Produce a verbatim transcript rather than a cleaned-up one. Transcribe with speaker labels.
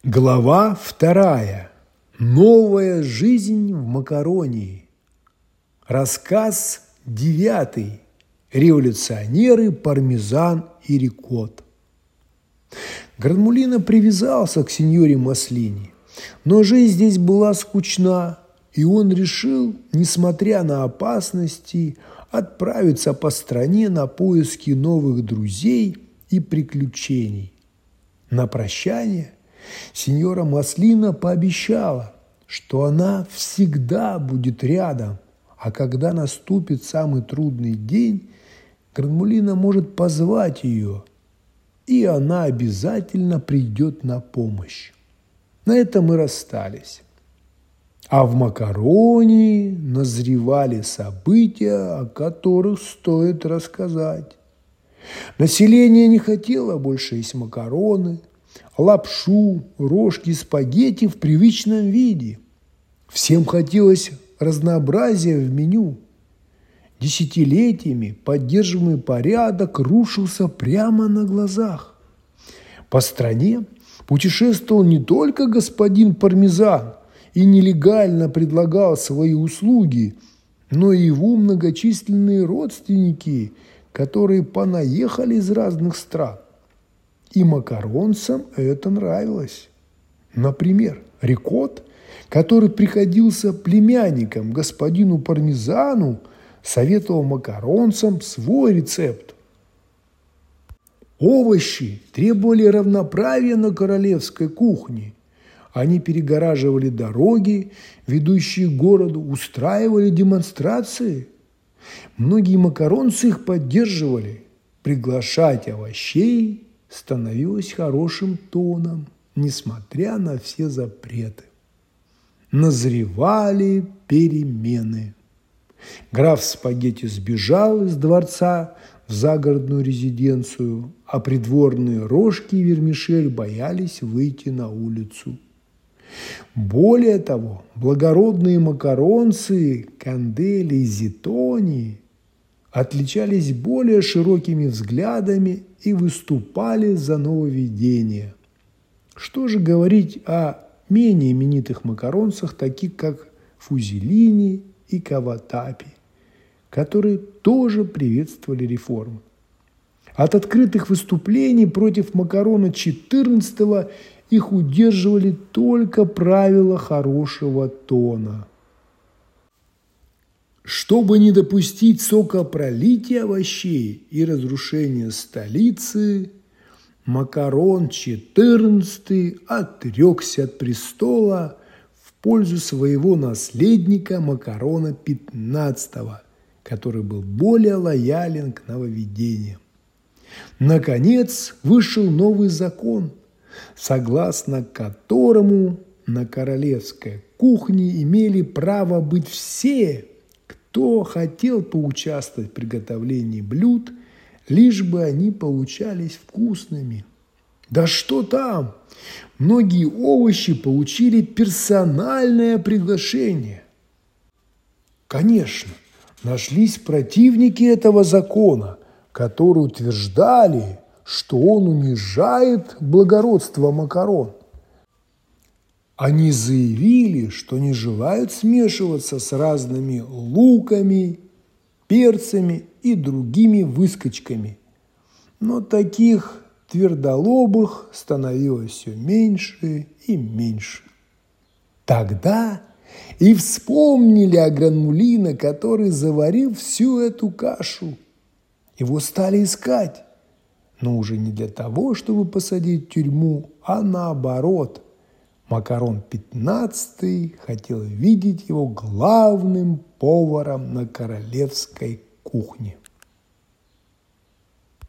Speaker 1: Глава вторая. Новая жизнь в Макаронии. Рассказ девятый. Революционеры, пармезан и рикотт. Гранмулино привязался к сеньоре Маслини, но жизнь здесь была скучна, и он решил, несмотря на опасности, отправиться по стране на поиски новых друзей и приключений. На прощание сеньора Маслина пообещала, что она всегда будет рядом, а когда наступит самый трудный день, Гранмулино может позвать ее, и она обязательно придет на помощь. На этом мы расстались. А в Макаронии назревали события, о которых стоит рассказать. Население не хотело больше есть макароны, лапшу, рожки, спагетти в привычном виде. Всем хотелось разнообразия в меню. Десятилетиями поддерживаемый порядок рушился прямо на глазах. По стране путешествовал не только господин Пармезан и нелегально предлагал свои услуги, но и его многочисленные родственники, которые понаехали из разных стран. И макаронцам это нравилось. Например, рикотт, который приходился племянником господину Пармезану, советовал макаронцам свой рецепт. Овощи требовали равноправия на королевской кухне. Они перегораживали дороги, ведущие к городу, устраивали демонстрации. Многие макаронцы их поддерживали. Приглашать овощей становилось хорошим тоном, несмотря на все запреты. Назревали перемены. Граф Спагетти сбежал из дворца в загородную резиденцию, а придворные Рожки и Вермишель боялись выйти на улицу. Более того, благородные макаронцы Кандели и Зитони отличались более широкими взглядами и выступали за нововведения. Что же говорить о менее именитых макаронцах, таких как Фузелини и Каватапи, которые тоже приветствовали реформы. От открытых выступлений против макарона четырнадцатого их удерживали только правила хорошего тона. Чтобы не допустить сокопролития овощей и разрушения столицы, Макарон четырнадцатый отрекся от престола в пользу своего наследника Макарона пятнадцатого, который был более лоялен к нововведениям. Наконец вышел новый закон, согласно которому на королевской кухне имели право быть все, кто хотел поучаствовать в приготовлении блюд, лишь бы они получались вкусными. Да что там! Многие овощи получили персональное приглашение. Конечно, нашлись противники этого закона, которые утверждали, что он унижает благородство макарон. Они заявили, что не желают смешиваться с разными луками, перцами и другими выскочками. Но таких твердолобых становилось все меньше и меньше. Тогда и вспомнили о Гранмулино, который заварил всю эту кашу. Его стали искать, но уже не для того, чтобы посадить в тюрьму, а наоборот. Макарон пятнадцатый хотел видеть его главным поваром на королевской кухне.